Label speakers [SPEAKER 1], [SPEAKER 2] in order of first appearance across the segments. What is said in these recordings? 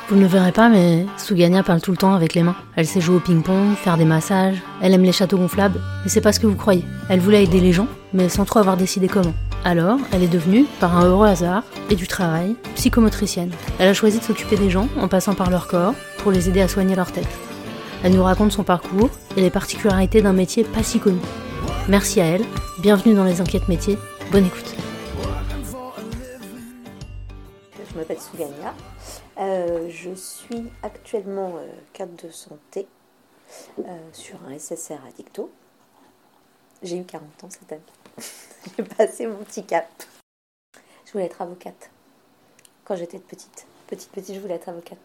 [SPEAKER 1] Vous ne le verrez pas, mais Sougania parle tout le temps avec les mains. Elle sait jouer au ping-pong, faire des massages, elle aime les châteaux gonflables, mais c'est pas ce que vous croyez. Elle voulait aider les gens, mais sans trop avoir décidé comment. Alors, elle est devenue, par un heureux hasard, et du travail, psychomotricienne. Elle a choisi de s'occuper des gens en passant par leur corps pour les aider à soigner leur tête. Elle nous raconte son parcours et les particularités d'un métier pas si connu. Merci à elle, bienvenue dans les Enquêtes métiers, bonne écoute.
[SPEAKER 2] Je m'appelle Sougania, je suis actuellement cadre de santé sur un SSR à Dicto. J'ai eu 40 ans cette année, j'ai passé mon petit cap. Je voulais être avocate quand j'étais petite, je voulais être avocate.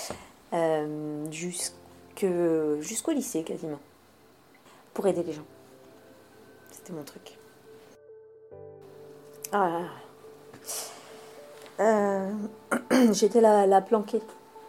[SPEAKER 2] Jusqu'au lycée quasiment, pour aider les gens. C'était mon truc. J'étais la planquée.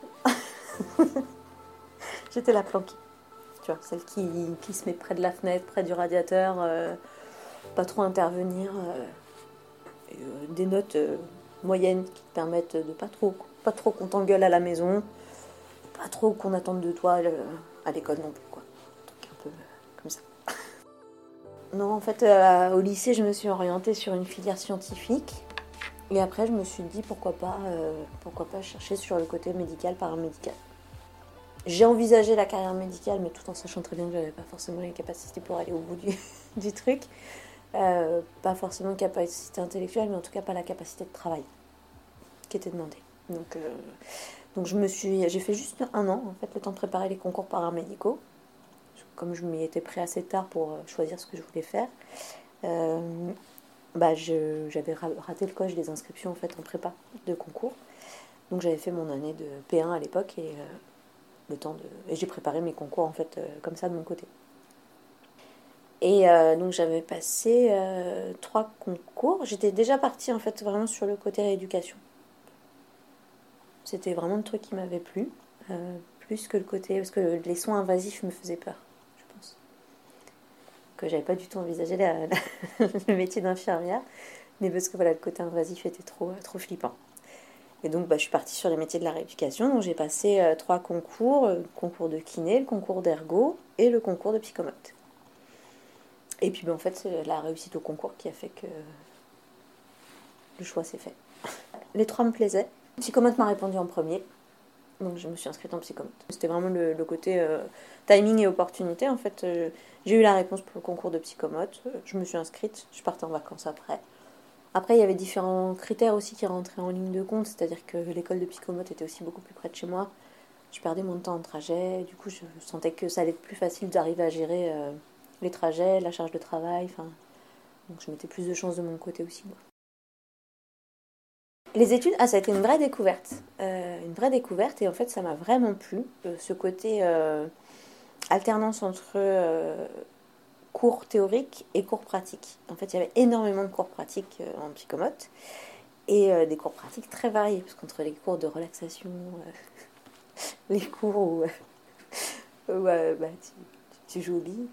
[SPEAKER 2] J'étais la planquée. Tu vois, celle qui se met près de la fenêtre, près du radiateur, pas trop intervenir. Des notes moyennes qui te permettent de pas trop qu'on t'engueule à la maison, pas trop qu'on attende de toi à l'école non plus, quoi. Un truc un peu comme ça. Non, en fait, au lycée, je me suis orientée sur une filière scientifique. Et après, je me suis dit pourquoi pas chercher sur le côté médical, paramédical. J'ai envisagé la carrière médicale, mais tout en sachant très bien que je n'avais pas forcément les capacités pour aller au bout du truc. Pas forcément capacité intellectuelle, mais en tout cas pas la capacité de travail qui était demandée. Donc j'ai fait juste 1 an, en fait, le temps de préparer les concours paramédicaux. Comme je m'y étais pris assez tard pour choisir ce que je voulais faire. J'avais raté le coche des inscriptions en fait en prépa de concours, donc j'avais fait mon année de P1 à l'époque et j'ai préparé mes concours en fait comme ça de mon côté. Et donc j'avais passé 3 concours. J'étais déjà partie en fait vraiment sur le côté rééducation. C'était vraiment le truc qui m'avait plu, plus que le côté, parce que les soins invasifs me faisaient peur, je pense. Que j'avais pas du tout envisagé le métier d'infirmière, mais parce que voilà, le côté invasif était trop flippant. Et donc je suis partie sur les métiers de la rééducation. Donc j'ai passé 3 concours, le concours de kiné, le concours d'ergo et le concours de psychomote. Et puis en fait c'est la réussite au concours qui a fait que le choix s'est fait. Les 3 me plaisaient. Psychomote m'a répondu en premier, donc je me suis inscrite en psychomote. C'était vraiment le côté timing et opportunité. En fait, j'ai eu la réponse pour le concours de psychomote, je me suis inscrite, je partais en vacances après. Après, il y avait différents critères aussi qui rentraient en ligne de compte, c'est-à-dire que l'école de psychomote était aussi beaucoup plus près de chez moi. Je perdais moins de temps en trajet, du coup je sentais que ça allait être plus facile d'arriver à gérer les trajets, la charge de travail, donc je mettais plus de chance de mon côté aussi, moi. Les études, ça a été une vraie découverte. Et en fait ça m'a vraiment plu, ce côté alternance entre cours théoriques et cours pratiques. En fait, il y avait énormément de cours pratiques en psychomote et des cours pratiques très variés, parce qu'entre les cours de relaxation, les cours où tu joues aux billes,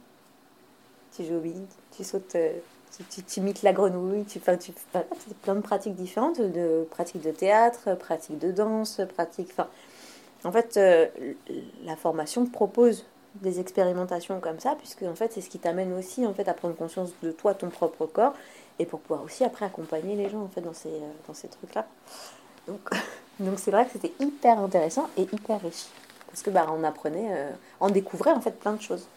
[SPEAKER 2] tu sautes, tu imites la grenouille, c'est plein de pratiques différentes, de pratiques de théâtre, pratiques de danse, en fait, la formation propose des expérimentations comme ça, puisque en fait c'est ce qui t'amène aussi en fait à prendre conscience de toi, ton propre corps, et pour pouvoir aussi après accompagner les gens en fait dans ces trucs-là. Donc c'est vrai que c'était hyper intéressant et hyper riche, parce que on apprenait, on découvrait en fait plein de choses.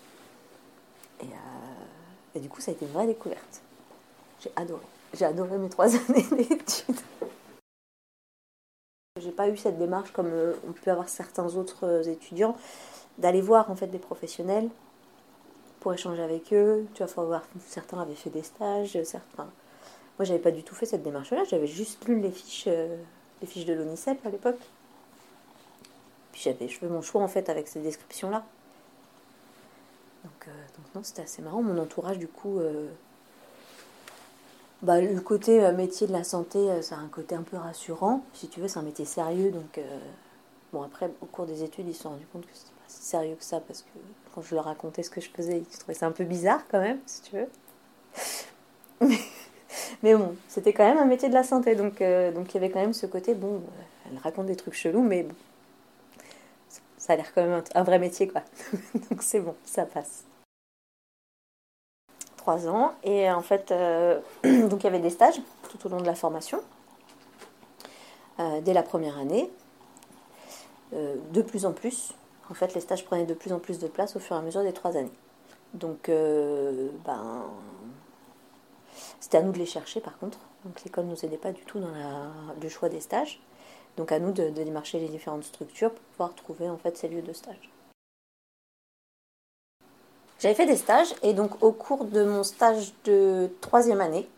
[SPEAKER 2] Et du coup ça a été une vraie découverte. J'ai adoré mes 3 années d'études. J'ai pas eu cette démarche comme on peut avoir certains autres étudiants, d'aller voir en fait des professionnels pour échanger avec eux. Tu vas voir, certains avaient fait des stages, certains. Moi, j'avais pas du tout fait cette démarche-là. J'avais juste lu les fiches de l'ONICEP à l'époque. Puis je fais mon choix en fait avec ces descriptions-là. Donc non, c'était assez marrant. Mon entourage, du coup, le côté métier de la santé, ça a un côté un peu rassurant. Si tu veux, c'est un métier sérieux, donc. Après, au cours des études, ils se sont rendus compte que c'était pas si sérieux que ça, parce que quand je leur racontais ce que je faisais, ils trouvaient ça un peu bizarre quand même, si tu veux. Mais bon, c'était quand même un métier de la santé, donc il y avait quand même ce côté, elle raconte des trucs chelous, mais bon, ça a l'air quand même un vrai métier, quoi. Donc c'est bon, ça passe. 3 ans, et en fait, donc il y avait des stages tout au long de la formation, dès la première année, de plus en plus. En fait, les stages prenaient de plus en plus de place au fur et à mesure des 3 années. Donc, c'était à nous de les chercher, par contre. Donc l'école ne nous aidait pas du tout dans le choix des stages. Donc à nous de démarcher les différentes structures pour pouvoir trouver en fait ces lieux de stage. J'avais fait des stages, et donc au cours de mon stage de 3e année,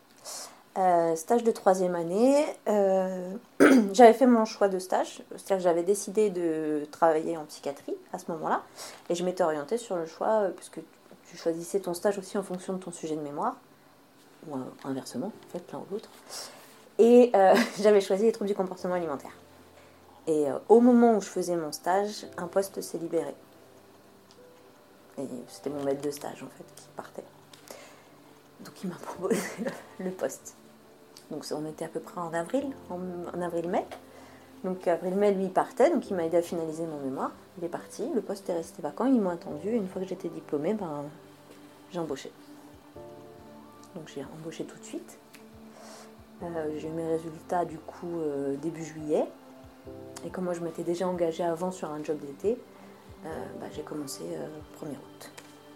[SPEAKER 2] j'avais fait mon choix de stage. C'est-à-dire que j'avais décidé de travailler en psychiatrie à ce moment-là, et je m'étais orientée sur le choix, puisque tu choisissais ton stage aussi en fonction de ton sujet de mémoire, ou inversement, en fait, l'un ou l'autre. Et j'avais choisi les troubles du comportement alimentaire. Et au moment où je faisais mon stage, un poste s'est libéré. Et c'était mon maître de stage, en fait, qui partait. Donc il m'a proposé le poste. Donc on était à peu près en avril-mai. Donc avril-mai, lui, il partait, donc il m'a aidé à finaliser mon mémoire. Il est parti, le poste est resté vacant, ils m'ont attendu, et une fois que j'étais diplômée, j'ai embauché. Donc j'ai embauché tout de suite. J'ai eu mes résultats du coup début juillet. Et comme moi je m'étais déjà engagée avant sur un job d'été, j'ai commencé 1er août.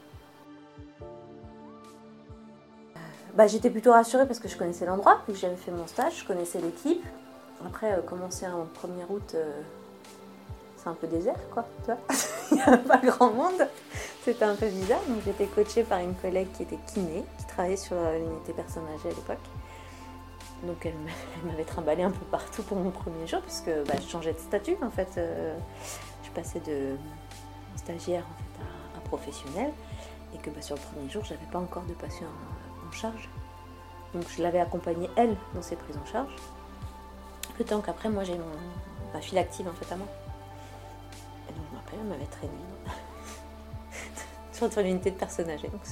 [SPEAKER 2] J'étais plutôt rassurée parce que je connaissais l'endroit, vu que j'avais fait mon stage, je connaissais l'équipe. Après, commencer en 1er août, c'est un peu désert, quoi, tu vois. Il n'y a pas grand monde, c'était un peu bizarre. Donc j'étais coachée par une collègue qui était kiné, qui travaillait sur l'unité personnes âgées à l'époque. Donc elle m'avait trimballée un peu partout pour mon premier jour, puisque je changeais de statut, en fait. Je passais de stagiaire en fait, à professionnel, et que sur le premier jour, j'avais pas encore de patient en charge. Donc je l'avais accompagnée, elle, dans ses prises en charge. Le temps qu'après, moi, j'ai ma file active, en fait, à moi. Et donc, je me rappelle, elle m'avait traînée sur l'unité de personnes âgées. Donc,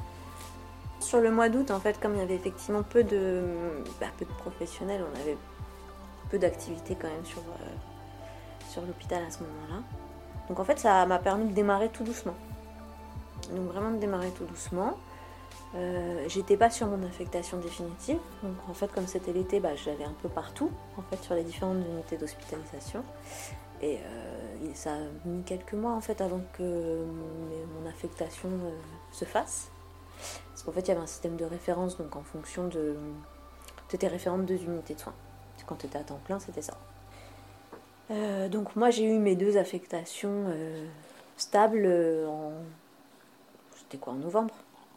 [SPEAKER 2] sur le mois d'août, en fait, comme il y avait effectivement peu de professionnels, on avait peu d'activités quand même sur l'hôpital à ce moment-là. Donc en fait, ça m'a permis de démarrer tout doucement. Donc vraiment de démarrer tout doucement. J'étais pas sur mon affectation définitive. Donc en fait, comme c'était l'été, j'allais un peu partout, en fait, sur les différentes unités d'hospitalisation. Et ça a mis quelques mois, en fait, avant que mon affectation se fasse. Parce qu'en fait, il y avait un système de référence, donc en fonction de... Tu étais référente de 2 unités de soins. Quand tu étais à temps plein, c'était ça. Donc moi, j'ai eu mes 2 affectations stables C'était quoi, en novembre.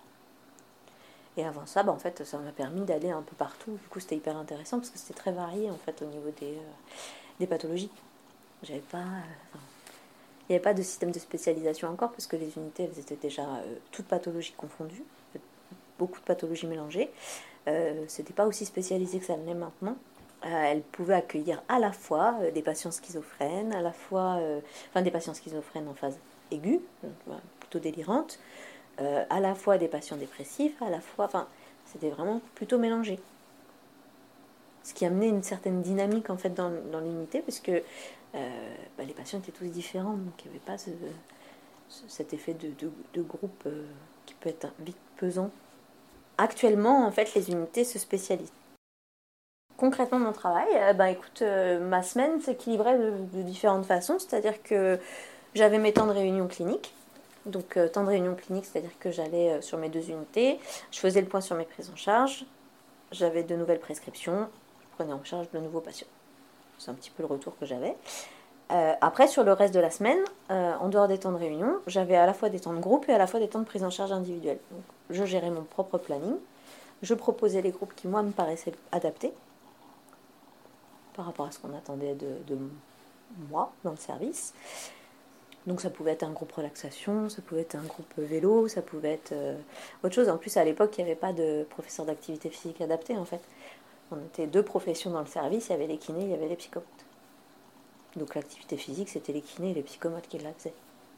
[SPEAKER 2] Et avant ça, en fait, ça m'a permis d'aller un peu partout. Du coup, c'était hyper intéressant parce que c'était très varié, en fait, au niveau des pathologies. Il n'y avait pas de système de spécialisation encore, parce que les unités, elles étaient déjà toutes pathologies confondues, beaucoup de pathologies mélangées. C'était pas aussi spécialisé que ça l'est maintenant. Elle pouvait accueillir à la fois des patients schizophrènes, à la fois des patients schizophrènes en phase aiguë, plutôt délirante, à la fois des patients dépressifs, à la fois, c'était vraiment plutôt mélangé. Ce qui amenait une certaine dynamique en fait dans l'unité, parce que les patients étaient tous différents, donc il n'y avait pas cet effet de groupe qui peut être vite pesant. Actuellement, en fait, les unités se spécialisent. Concrètement, mon travail, ma semaine s'équilibrait de différentes façons, c'est-à-dire que j'avais mes temps de réunion clinique. Donc, temps de réunion clinique, c'est-à-dire que j'allais sur mes 2 unités, je faisais le point sur mes prises en charge, j'avais de nouvelles prescriptions, je prenais en charge de nouveaux patients. C'est un petit peu le retour que j'avais. Après, sur le reste de la semaine, en dehors des temps de réunion, j'avais à la fois des temps de groupe et à la fois des temps de prise en charge individuelle. Donc, je gérais mon propre planning, je proposais les groupes qui, moi, me paraissaient adaptés par rapport à ce qu'on attendait de moi dans le service. Donc ça pouvait être un groupe relaxation, ça pouvait être un groupe vélo, ça pouvait être autre chose. En plus, à l'époque, il n'y avait pas de professeur d'activité physique adapté, en fait. On était 2 professions dans le service, il y avait les kinés, il y avait les psychomotes. Donc l'activité physique, c'était les kinés et les psychomotes qui la faisaient.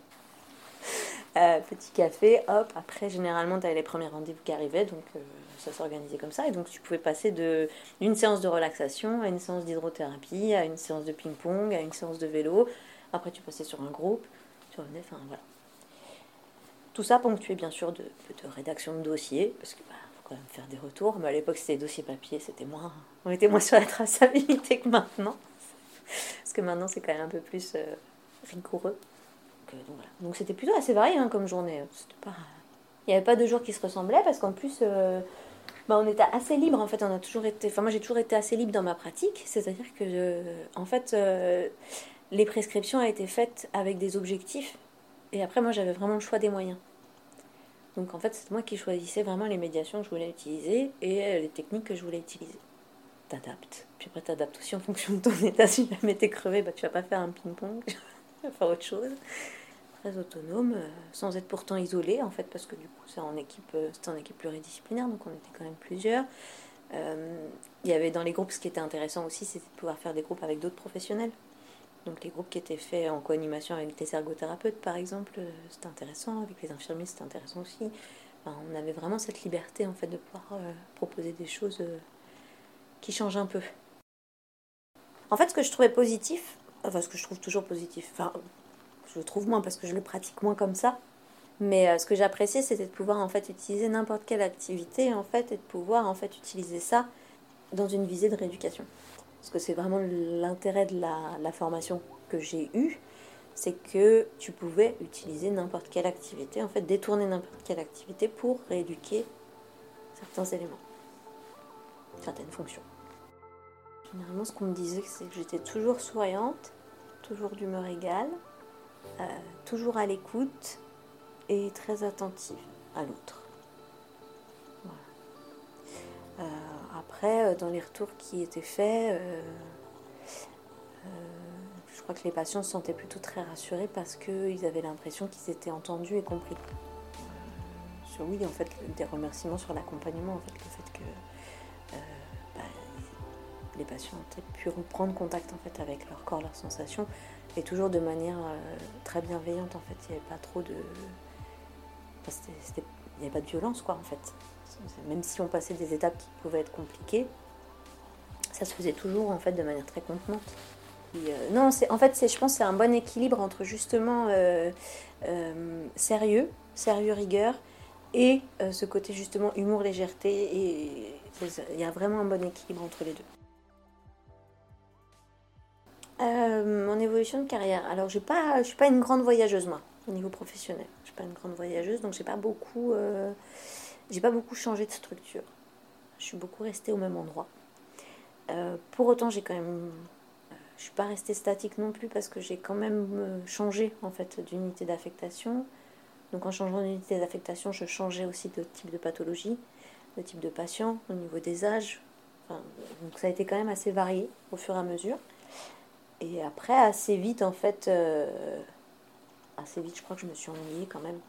[SPEAKER 2] Petit café, hop, après généralement tu avais les premiers rendez-vous qui arrivaient, donc ça s'organisait comme ça, et donc tu pouvais passer d'une séance de relaxation à une séance d'hydrothérapie, à une séance de ping-pong, à une séance de vélo, après tu passais sur un groupe, tu revenais, enfin voilà. Tout ça ponctué bien sûr de rédaction de dossiers, parce que faut quand même faire des retours, mais à l'époque c'était dossier papier, on était moins sur la traçabilité que maintenant, parce que maintenant c'est quand même un peu plus rigoureux. Donc, voilà. Donc c'était plutôt assez varié comme journée. Il n'y avait pas de jours qui se ressemblaient, parce qu'en plus on était assez libre en fait. Moi j'ai toujours été assez libre dans ma pratique, c'est-à-dire que en fait les prescriptions ont été faites avec des objectifs, et après moi j'avais vraiment le choix des moyens. Donc en fait c'est moi qui choisissais vraiment les médiations que je voulais utiliser et les techniques que je voulais utiliser. T'adaptes, puis après t'adaptes aussi en fonction de ton état. Si jamais t'es crevé, tu vas pas faire un ping-pong, tu vas faire autre chose. Très autonome, sans être pourtant isolé en fait, parce que du coup c'était en équipe pluridisciplinaire, donc on était quand même plusieurs. Il y avait dans les groupes, ce qui était intéressant aussi, c'était de pouvoir faire des groupes avec d'autres professionnels. Donc les groupes qui étaient faits en co-animation avec des ergothérapeutes par exemple, c'était intéressant, avec les infirmiers c'était intéressant aussi. On avait vraiment cette liberté en fait de pouvoir proposer des choses qui changent un peu. En fait ce que je trouvais positif, ce que je trouve toujours positif, je le trouve moins parce que je le pratique moins comme ça, mais ce que j'appréciais c'était de pouvoir en fait utiliser n'importe quelle activité en fait, et de pouvoir en fait utiliser ça dans une visée de rééducation. Parce que c'est vraiment l'intérêt de la formation que j'ai eue, c'est que tu pouvais utiliser n'importe quelle activité, en fait détourner n'importe quelle activité pour rééduquer certains éléments, certaines fonctions. Généralement ce qu'on me disait c'est que j'étais toujours souriante, toujours d'humeur égale, toujours à l'écoute et très attentive à l'autre. Voilà. Après, dans les retours qui étaient faits, je crois que les patients se sentaient plutôt très rassurés parce qu'ils avaient l'impression qu'ils étaient entendus et compris. Oui, en fait, des remerciements sur l'accompagnement, en fait, le fait que les patients ont pu reprendre contact en fait avec leur corps, leurs sensations, et toujours de manière très bienveillante en fait. Il n'y avait pas trop de, il n'y avait pas de violence quoi en fait. Même si on passait des étapes qui pouvaient être compliquées, ça se faisait toujours en fait de manière très contenante. Non, je pense que c'est un bon équilibre entre justement sérieux, rigueur, et ce côté justement humour, légèreté, et il y a vraiment un bon équilibre entre les deux. Mon évolution de carrière. Alors, je suis pas une grande voyageuse, moi, au niveau professionnel. Je suis pas une grande voyageuse, donc j'ai pas beaucoup changé de structure. Je suis beaucoup restée au même endroit. Pour autant, je suis pas restée statique non plus, parce que j'ai quand même changé en fait d'unité d'affectation. Donc en changeant d'unité d'affectation, je changeais aussi de type de pathologie, de type de patient, au niveau des âges. Donc ça a été quand même assez varié au fur et à mesure. Et après, assez vite, je crois que je me suis ennuyée quand même.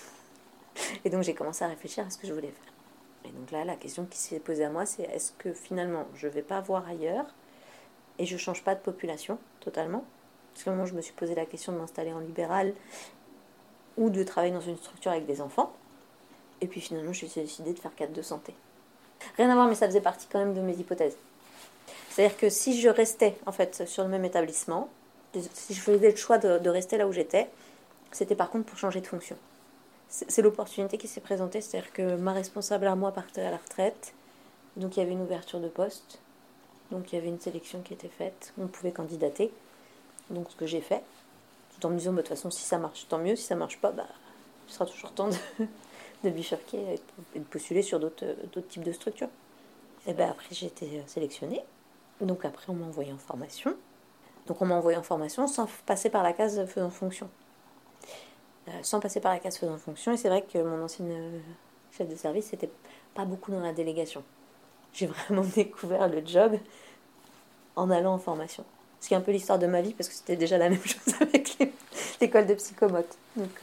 [SPEAKER 2] Et donc j'ai commencé à réfléchir à ce que je voulais faire. Et donc là, la question qui s'est posée à moi, c'est est-ce que finalement, je ne vais pas voir ailleurs et je ne change pas de population totalement? Parce qu'à un moment, je me suis posé la question de m'installer en libéral ou de travailler dans une structure avec des enfants. Et puis finalement, j'ai décidé de faire cadre de santé. Rien à voir, mais ça faisait partie quand même de mes hypothèses. C'est-à-dire que si je restais en fait sur le même établissement, si je faisais le choix de rester là où j'étais, c'était par contre pour changer de fonction. C'est l'opportunité qui s'est présentée, c'est-à-dire que ma responsable à moi partait à la retraite, donc il y avait une ouverture de poste, donc il y avait une sélection qui était faite, on pouvait candidater, donc ce que j'ai fait, tout en me disant de toute façon si ça marche tant mieux, si ça marche pas, ce sera toujours temps de bifurquer et de postuler sur d'autres types de structures. Et après j'ai été sélectionnée. Donc après, on m'a envoyé en formation. Donc on m'a envoyé en formation sans passer par la case faisant fonction. Et c'est vrai que mon ancienne chef de service n'était pas beaucoup dans la délégation. J'ai vraiment découvert le job en allant en formation. Ce qui est un peu l'histoire de ma vie, parce que c'était déjà la même chose avec l'école de psychomote. Donc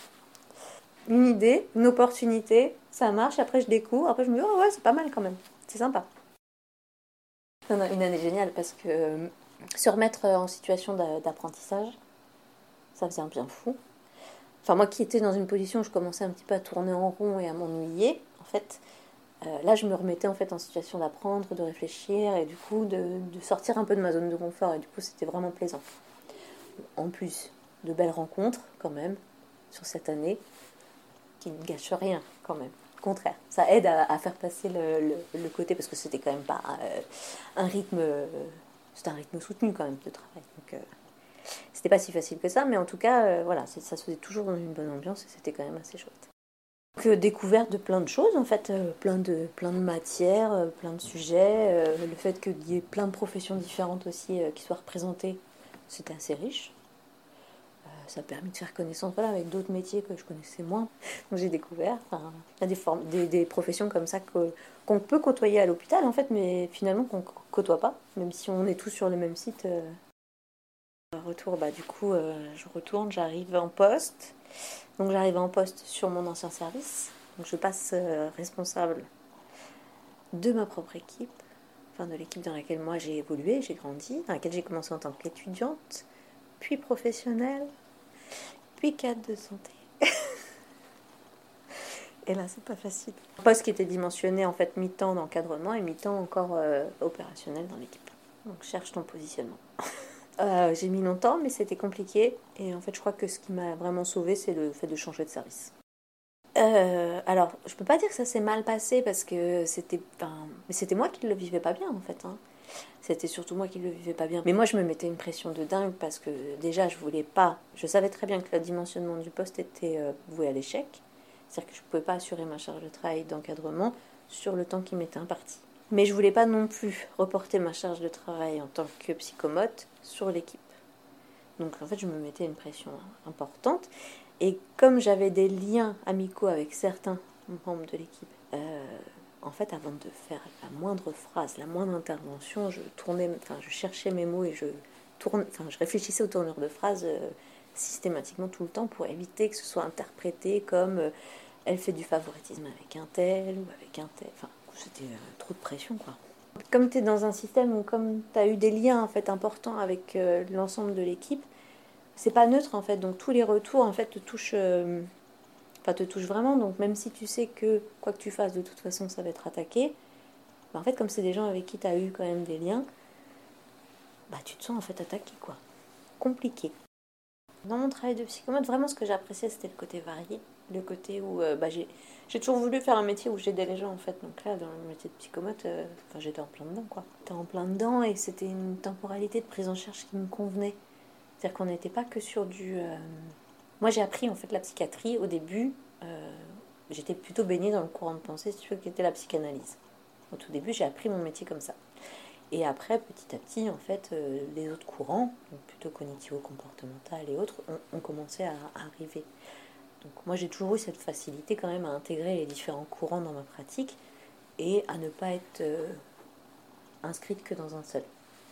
[SPEAKER 2] une idée, une opportunité, ça marche, après je découvre, après je me dis, oh ouais, c'est pas mal quand même, c'est sympa. Non, une année géniale, parce que se remettre en situation d'apprentissage, ça faisait un bien fou. Enfin, moi qui étais dans une position où je commençais un petit peu à tourner en rond et à m'ennuyer, en fait, là je me remettais en fait en situation d'apprendre, de réfléchir, et du coup de sortir un peu de ma zone de confort, et du coup c'était vraiment plaisant. En plus, de belles rencontres quand même sur cette année, qui ne gâche rien quand même. Au contraire, ça aide à faire passer le côté, parce que c'était quand même pas un rythme, c'était un rythme soutenu quand même de travail. Donc c'était pas si facile que ça, mais en tout cas, voilà, ça se faisait toujours dans une bonne ambiance et c'était quand même assez chouette. Donc découverte de plein de choses en fait, plein de matières, plein de sujets, le fait qu'il y ait plein de professions différentes aussi qui soient représentées, c'était assez riche. Ça a permis de faire connaissance avec d'autres métiers que je connaissais moins. Donc j'ai découvert. Il y a des professions comme ça qu'on peut côtoyer à l'hôpital, en fait, mais finalement qu'on ne côtoie pas, même si on est tous sur le même site. Retour, du coup, je retourne, j'arrive en poste. Donc j'arrive en poste sur mon ancien service. Donc je passe responsable de ma propre équipe, de l'équipe dans laquelle moi j'ai évolué, j'ai grandi, dans laquelle j'ai commencé en tant qu'étudiante, puis professionnelle, puis cadre de santé. Et là, c'est pas facile. Un poste qui était dimensionné en fait mi-temps d'encadrement et mi-temps encore opérationnel dans l'équipe. Donc cherche ton positionnement. J'ai mis longtemps, mais c'était compliqué. Et en fait, je crois que ce qui m'a vraiment sauvée, c'est le fait de changer de service. Alors, je peux pas dire que ça s'est mal passé parce que mais c'était moi qui le vivais pas bien en fait. C'était surtout moi qui le vivais pas bien. Mais moi, je me mettais une pression de dingue parce que déjà, je savais très bien que le dimensionnement du poste était voué à l'échec. C'est-à-dire que je ne pouvais pas assurer ma charge de travail d'encadrement sur le temps qui m'était imparti. Mais je ne voulais pas non plus reporter ma charge de travail en tant que psychomote sur l'équipe. Donc en fait, je me mettais une pression importante. Et comme j'avais des liens amicaux avec certains membres de l'équipe, en fait, avant de faire la moindre phrase, la moindre intervention, je cherchais mes mots et je réfléchissais aux tournures de phrases systématiquement tout le temps pour éviter que ce soit interprété comme elle fait du favoritisme avec un tel ou avec un tel. C'était trop de pression, quoi. Comme tu es dans un système où comme tu as eu des liens en fait importants avec l'ensemble de l'équipe, c'est pas neutre en fait. Donc tous les retours en fait te touchent vraiment. Donc même si tu sais que quoi que tu fasses, de toute façon ça va être attaqué, en fait comme c'est des gens avec qui tu as eu quand même des liens, tu te sens en fait attaqué, quoi. Compliqué. Dans mon travail de psychomote, vraiment ce que j'appréciais, c'était le côté varié. Le côté où j'ai toujours voulu faire un métier où j'aidais les gens, en fait. Donc là, dans le métier de psychomote, j'étais en plein dedans, quoi. J'étais en plein dedans et c'était une temporalité de prise en charge qui me convenait. C'est-à-dire qu'on n'était pas que sur du... Moi, j'ai appris, en fait, la psychiatrie. Au début, j'étais plutôt baignée dans le courant de pensée, si tu veux, qui était la psychanalyse. Au tout début, j'ai appris mon métier comme ça. Et après, petit à petit, en fait, les autres courants, donc plutôt cognitivo-comportemental et autres, ont commencé à arriver. Donc moi, j'ai toujours eu cette facilité quand même à intégrer les différents courants dans ma pratique et à ne pas être inscrite que dans un seul.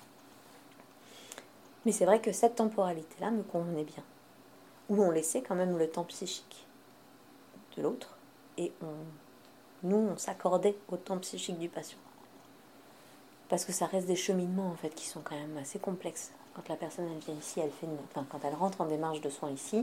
[SPEAKER 2] Mais c'est vrai que cette temporalité-là me convenait bien, où on laissait quand même le temps psychique de l'autre et on s'accordait au temps psychique du patient. Parce que ça reste des cheminements en fait qui sont quand même assez complexes. Quand la personne elle vient ici, quand elle rentre en démarche de soins ici,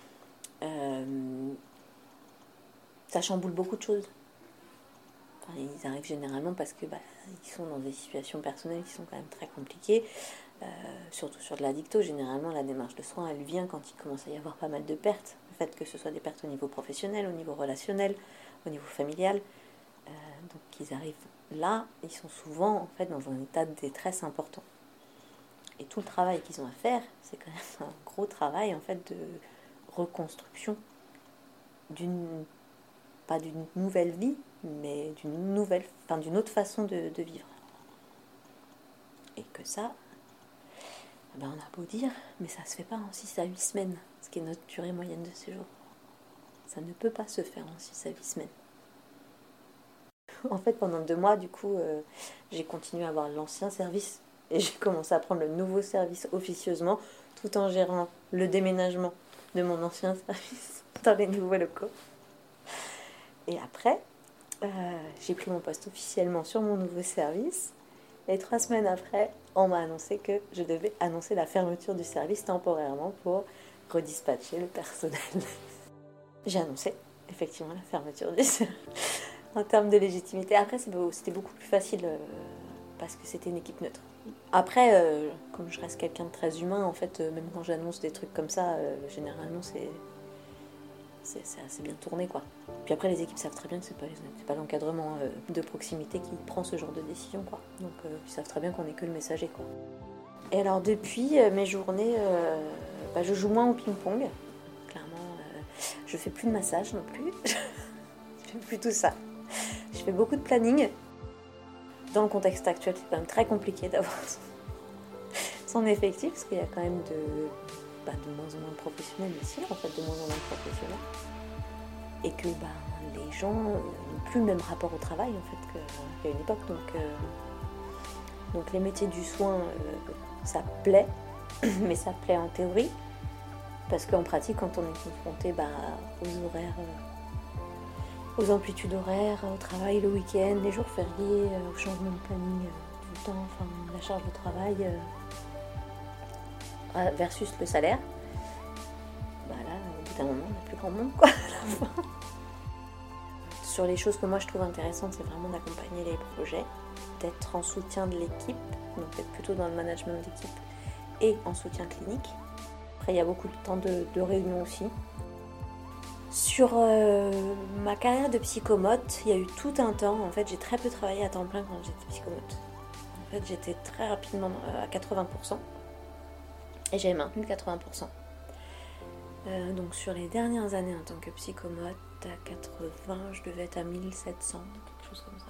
[SPEAKER 2] ça chamboule beaucoup de choses. Ils arrivent généralement parce que ils sont dans des situations personnelles qui sont quand même très compliquées, surtout sur de l'addicto. Généralement, la démarche de soins, elle vient quand il commence à y avoir pas mal de pertes. Le fait que ce soit des pertes au niveau professionnel, au niveau relationnel, au niveau familial. Donc ils arrivent là, ils sont souvent en fait dans un état de détresse important. Et tout le travail qu'ils ont à faire, c'est quand même un gros travail en fait de reconstruction pas d'une nouvelle vie, mais d'une autre façon de vivre. Et que ça, on a beau dire, mais ça se fait pas en 6 à 8 semaines, ce qui est notre durée moyenne de séjour. Ça ne peut pas se faire en 6 à 8 semaines. En fait, pendant 2 mois, du coup, j'ai continué à avoir l'ancien service et j'ai commencé à prendre le nouveau service officieusement, tout en gérant le déménagement de mon ancien service dans les nouveaux locaux. Et après, j'ai pris mon poste officiellement sur mon nouveau service. Et 3 semaines après, on m'a annoncé que je devais annoncer la fermeture du service temporairement pour redispatcher le personnel. J'ai annoncé effectivement la fermeture du service. En termes de légitimité, après c'était beaucoup plus facile parce que c'était une équipe neutre. Après, comme je reste quelqu'un de très humain, en fait, même quand j'annonce des trucs comme ça, généralement c'est assez bien tourné, quoi. Puis après, les équipes savent très bien que c'est pas l'encadrement de proximité qui prend ce genre de décision, quoi. Donc ils savent très bien qu'on n'est que le messager, quoi. Et alors depuis mes journées, je joue moins au ping-pong, clairement. Je fais plus de massage non plus. Je fais plus tout ça. Je fais beaucoup de planning. Dans le contexte actuel, c'est quand même très compliqué d'avoir son effectif, parce qu'il y a quand même de moins en moins de professionnels ici, en fait, de moins en moins de professionnels. Et que les gens n'ont plus le même rapport au travail, en fait, qu'à une époque. Donc les métiers du soin, ça plaît, mais ça plaît en théorie, parce qu'en pratique, quand on est confronté aux horaires, aux amplitudes horaires, au travail le week-end, les jours fériés, au changement de planning du temps, enfin la charge de travail versus le salaire, là, au bout d'un moment, on n'a plus grand monde, quoi, à la fin. Sur les choses que moi je trouve intéressantes, c'est vraiment d'accompagner les projets, d'être en soutien de l'équipe, donc d'être plutôt dans le management d'équipe et en soutien clinique. Après, il y a beaucoup de temps de réunion aussi. Sur ma carrière de psychomote, il y a eu tout un temps, en fait, j'ai très peu travaillé à temps plein quand j'étais psychomote. En fait, j'étais très rapidement à 80%, et j'avais maintenu 80%. Donc sur les dernières années en tant que psychomote, à 80, je devais être à 1700, quelque chose comme ça.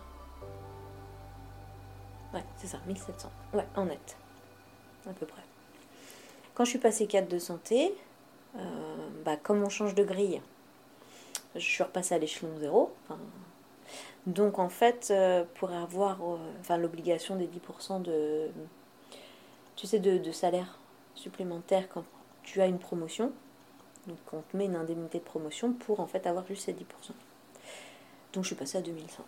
[SPEAKER 2] Ouais, c'est ça, 1700. Ouais, en net, à peu près. Quand je suis passée cadre de santé, comme on change de grille, je suis repassée à l'échelon 0. Donc en fait, pour avoir l'obligation des 10% de salaire supplémentaire quand tu as une promotion, donc on te met une indemnité de promotion pour en fait avoir juste ces 10%. Donc je suis passée à 2100.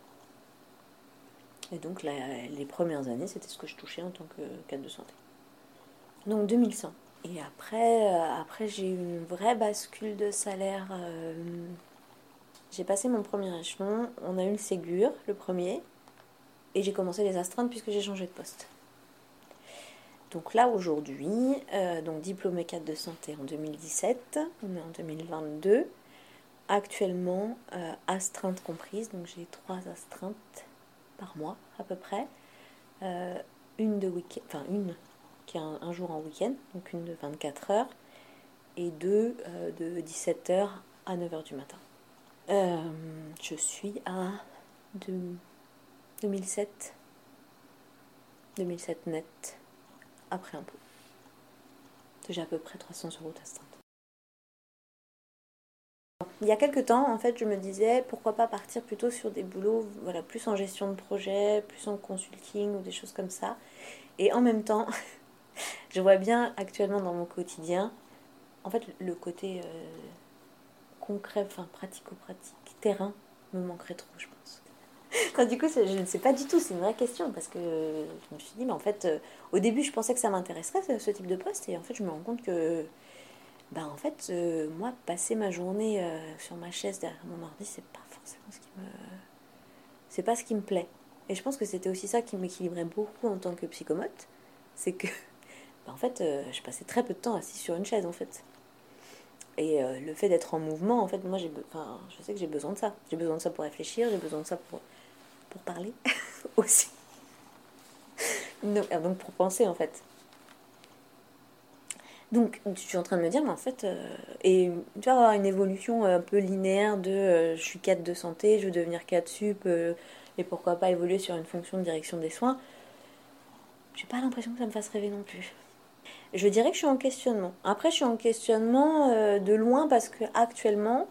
[SPEAKER 2] Et donc les premières années, c'était ce que je touchais en tant que cadre de santé. Donc 2100. Et après j'ai eu une vraie bascule de salaire. J'ai passé mon premier échelon, on a eu le Ségur, le premier, et j'ai commencé les astreintes puisque j'ai changé de poste. Donc là aujourd'hui, diplômée cadre de santé en 2017, on est en 2022. Actuellement, astreintes comprises, donc j'ai 3 astreintes par mois à peu près. Une de week-end, une qui est un jour en week-end, donc une de 24 heures, et 2 de 17h à 9h du matin. Je suis à 2007 net, après impôt. J'ai à peu près 300 euros d'astreinte. Il y a quelques temps, en fait, je me disais pourquoi pas partir plutôt sur des boulots, plus en gestion de projet, plus en consulting ou des choses comme ça. Et en même temps, je vois bien actuellement dans mon quotidien, en fait, le côté concret, pratico-pratique, terrain, me manquerait trop, je pense. Enfin, du coup, je ne sais pas du tout, c'est une vraie question, parce que je me suis dit, mais en fait, au début, je pensais que ça m'intéresserait, ce type de poste, et en fait, je me rends compte que, moi, passer ma journée sur ma chaise derrière mon ordi, c'est pas forcément c'est pas ce qui me plaît. Et je pense que c'était aussi ça qui m'équilibrait beaucoup en tant que psychomote, c'est que, en fait, je passais très peu de temps assise sur une chaise, en fait. Et le fait d'être en mouvement, en fait, moi, je sais que j'ai besoin de ça. J'ai besoin de ça pour réfléchir, j'ai besoin de ça pour parler aussi. Donc pour penser, en fait. Donc, je suis en train de me dire, mais en fait, et tu vas avoir une évolution un peu linéaire de je suis cadre de santé, je veux devenir cadre sup, et pourquoi pas évoluer sur une fonction de direction des soins. J'ai pas l'impression que ça me fasse rêver non plus. Je dirais que je suis en questionnement. Après, je suis en questionnement de loin parce que actuellement,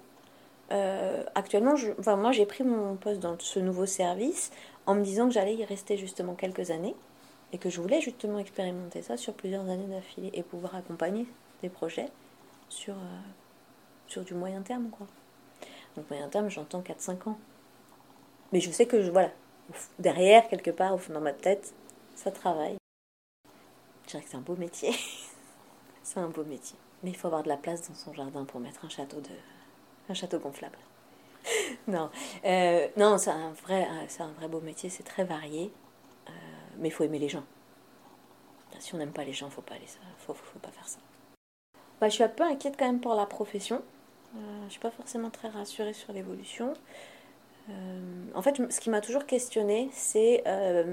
[SPEAKER 2] moi j'ai pris mon poste dans ce nouveau service en me disant que j'allais y rester justement quelques années et que je voulais justement expérimenter ça sur plusieurs années d'affilée et pouvoir accompagner des projets sur du moyen terme, quoi. Donc moyen terme, j'entends 4-5 ans. Mais je sais que, derrière, quelque part, au fond dans ma tête, ça travaille. Je dirais que c'est un beau métier. C'est un beau métier. Mais il faut avoir de la place dans son jardin pour mettre un château gonflable. Non, c'est un vrai beau métier, c'est très varié. mais il faut aimer les gens. Si on n'aime pas les gens, faut pas faire ça. Je suis un peu inquiète quand même pour la profession. Je suis pas forcément très rassurée sur l'évolution. En fait, ce qui m'a toujours questionnée, c'est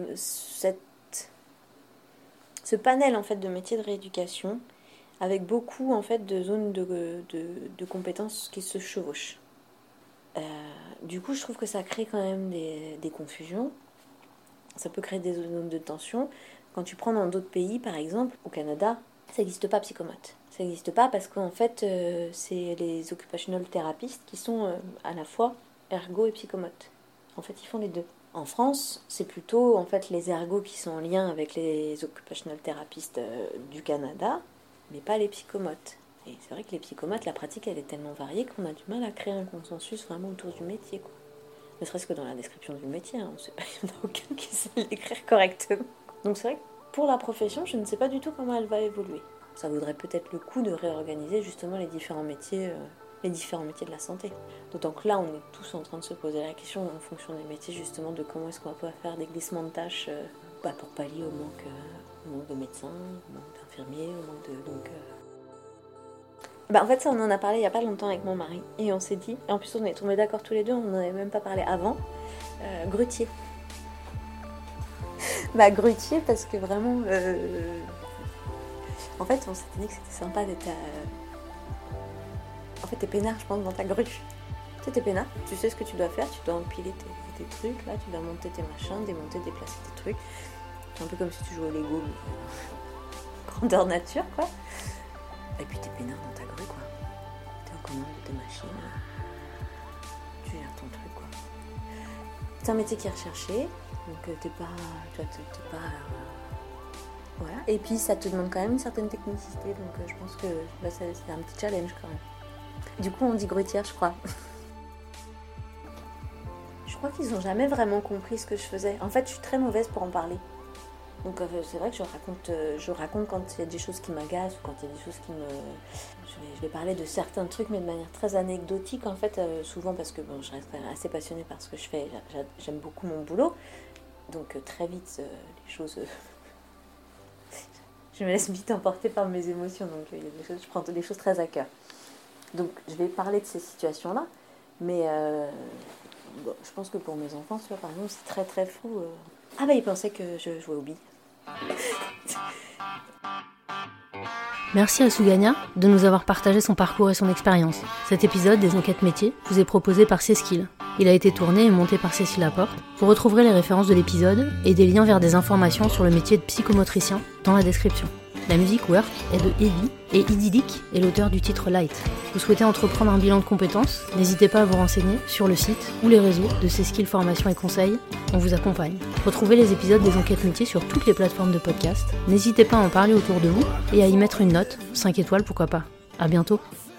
[SPEAKER 2] ce panel en fait de métiers de rééducation, avec beaucoup en fait de zones de compétences qui se chevauchent. Du coup, je trouve que ça crée quand même des confusions. Ça peut créer des zones de tension. Quand tu prends dans d'autres pays, par exemple, au Canada, ça n'existe pas psychomote. Ça n'existe pas parce qu'en fait, c'est les occupational thérapistes qui sont à la fois ergo et psychomote. En fait, ils font les deux. En France, c'est plutôt en fait les ergos qui sont en lien avec les occupational thérapistes du Canada, mais pas les psychomotes. Et c'est vrai que les psychomotes, la pratique, elle est tellement variée qu'on a du mal à créer un consensus vraiment autour du métier, quoi. Ne serait-ce que dans la description du métier, on sait pas, il n'y en a aucun qui sait l'écrire correctement. Donc c'est vrai que pour la profession, je ne sais pas du tout comment elle va évoluer. Ça vaudrait peut-être le coup de réorganiser justement les différents métiers de la santé. D'autant que là, on est tous en train de se poser la question en fonction des métiers, justement, de comment est-ce qu'on peut faire des glissements de tâches pour pallier au manque de médecins, au manque d'infirmiers, au manque de... En fait, ça, on en a parlé il n'y a pas longtemps avec mon mari. Et on s'est dit, et en plus on est tombés d'accord tous les deux, on n'en avait même pas parlé avant, grutier. Grutier parce que vraiment... En fait, on s'était dit que c'était sympa d'être... En fait, t'es peinard, je pense, dans ta grue. Tu sais, t'es peinard, tu sais ce que tu dois faire, tu dois empiler tes trucs, là, tu dois monter tes machins, démonter, déplacer tes trucs. C'est un peu comme si tu jouais au Lego, grandeur nature, quoi. Et puis t'es peinard dans ta grue, quoi. T'es en commande de tes machines. Tu gères ton truc, quoi. C'est un métier qui est recherché, donc t'es pas... Voilà. Et puis ça te demande quand même une certaine technicité, donc je pense que c'est un petit challenge quand même. Du coup on dit grutière, je crois. Je crois qu'ils n'ont jamais vraiment compris ce que je faisais. En fait je suis très mauvaise pour en parler. Donc c'est vrai que je raconte quand il y a des choses qui m'agacent ou quand il y a des choses qui me... Je vais parler de certains trucs mais de manière très anecdotique en fait, souvent parce que je reste assez passionnée par ce que je fais, j'aime beaucoup mon boulot. Donc très vite les choses... Je me laisse vite emporter par mes émotions, donc il y a des choses, je prends des choses très à cœur. Donc je vais parler de ces situations-là, mais je pense que pour mes enfants, tu vois, par exemple, c'est très très flou. Ils pensaient que je jouais aux billes.
[SPEAKER 1] Merci à Souganya de nous avoir partagé son parcours et son expérience. Cet épisode des enquêtes métiers vous est proposé par Céskill. Il a été tourné et monté par Cécile Laporte. Vous retrouverez les références de l'épisode et des liens vers des informations sur le métier de psychomotricien dans la description. La musique Work est de Heavy et Idyllic est l'auteur du titre Light. Vous souhaitez entreprendre un bilan de compétences? N'hésitez pas à vous renseigner sur le site ou les réseaux de Céskill Formation et Conseil. On vous accompagne. Retrouvez les épisodes des enquêtes métiers sur toutes les plateformes de podcast. N'hésitez pas à en parler autour de vous et à y mettre une note, 5 étoiles pourquoi pas. À bientôt.